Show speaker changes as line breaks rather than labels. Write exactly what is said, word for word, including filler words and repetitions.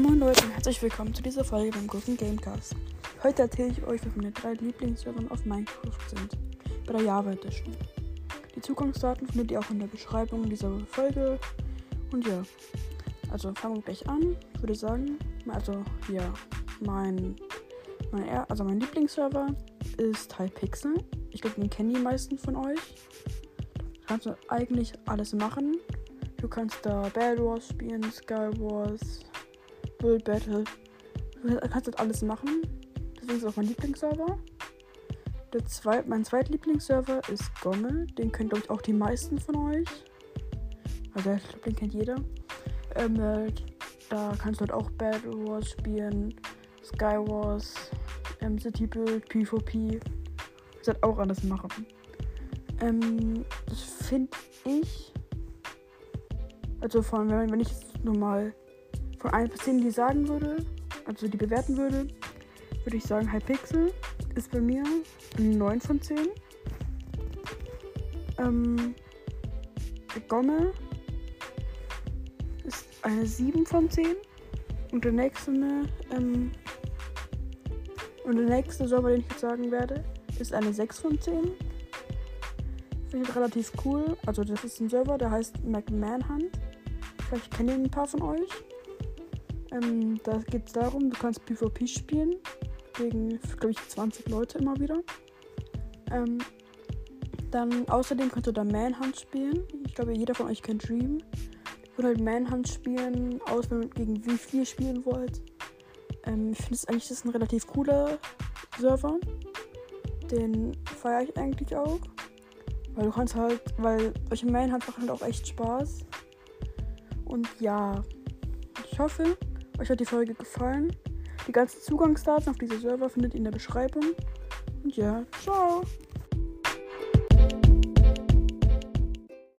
Moin Leute und herzlich willkommen zu dieser Folge beim großen Gamecast. Heute erzähle ich euch, was meine drei Lieblingsserver auf Minecraft sind, bei der Java Edition. Die Zugangsdaten findet ihr auch in der Beschreibung dieser Folge. Und ja, also fangen wir gleich an. Ich würde sagen, also ja, mein, mein, also mein Lieblingsserver ist Hypixel. Ich glaube, den kennen die meisten von euch. Da kannst du eigentlich alles machen. Du kannst da Bed Wars spielen, Sky Wars, Build Battle. Du kannst das alles machen. Deswegen ist es auch mein Lieblingsserver. Der zweit, mein zweitlieblingsserver ist Gomme. Den kennen, glaube ich, auch die meisten von euch. Also ich glaube, den kennt jeder. Ähm, äh, da kannst du halt auch Bed Wars spielen, Sky Wars, ähm, City Build, PvP. Du kannst halt auch alles machen. Ähm, das finde ich... Also von, wenn, wenn ich jetzt nochmal von eins bis zehn die sagen würde, also die bewerten würde, würde ich sagen, Hypixel ist bei mir eine neun von zehn. Ähm, Gomme ist eine sieben von zehn. Und der nächste, ähm, und der nächste Server, den ich jetzt sagen werde, ist eine sechs von zehn. Finde ich relativ cool. Also das ist ein Server, der heißt McManhunt. Vielleicht kennen ihn ein paar von euch. Ähm, da geht es darum, du kannst PvP spielen. Gegen, glaube ich, zwanzig Leute immer wieder. Ähm, dann außerdem kannst du da Manhunt spielen. Ich glaube, jeder von euch kennt Dream. Ich würde halt Manhunt spielen, auswählen, gegen wie viel ihr spielen wollt. Ähm, ich finde es eigentlich, das ist ein relativ cooler Server. Den feiere ich eigentlich auch. Weil du kannst halt, weil solche Manhunt machen halt auch echt Spaß. Und ja, ich hoffe, euch hat die Folge gefallen. Die ganzen Zugangsdaten auf diese Server findet ihr in der Beschreibung. Und ja, ciao!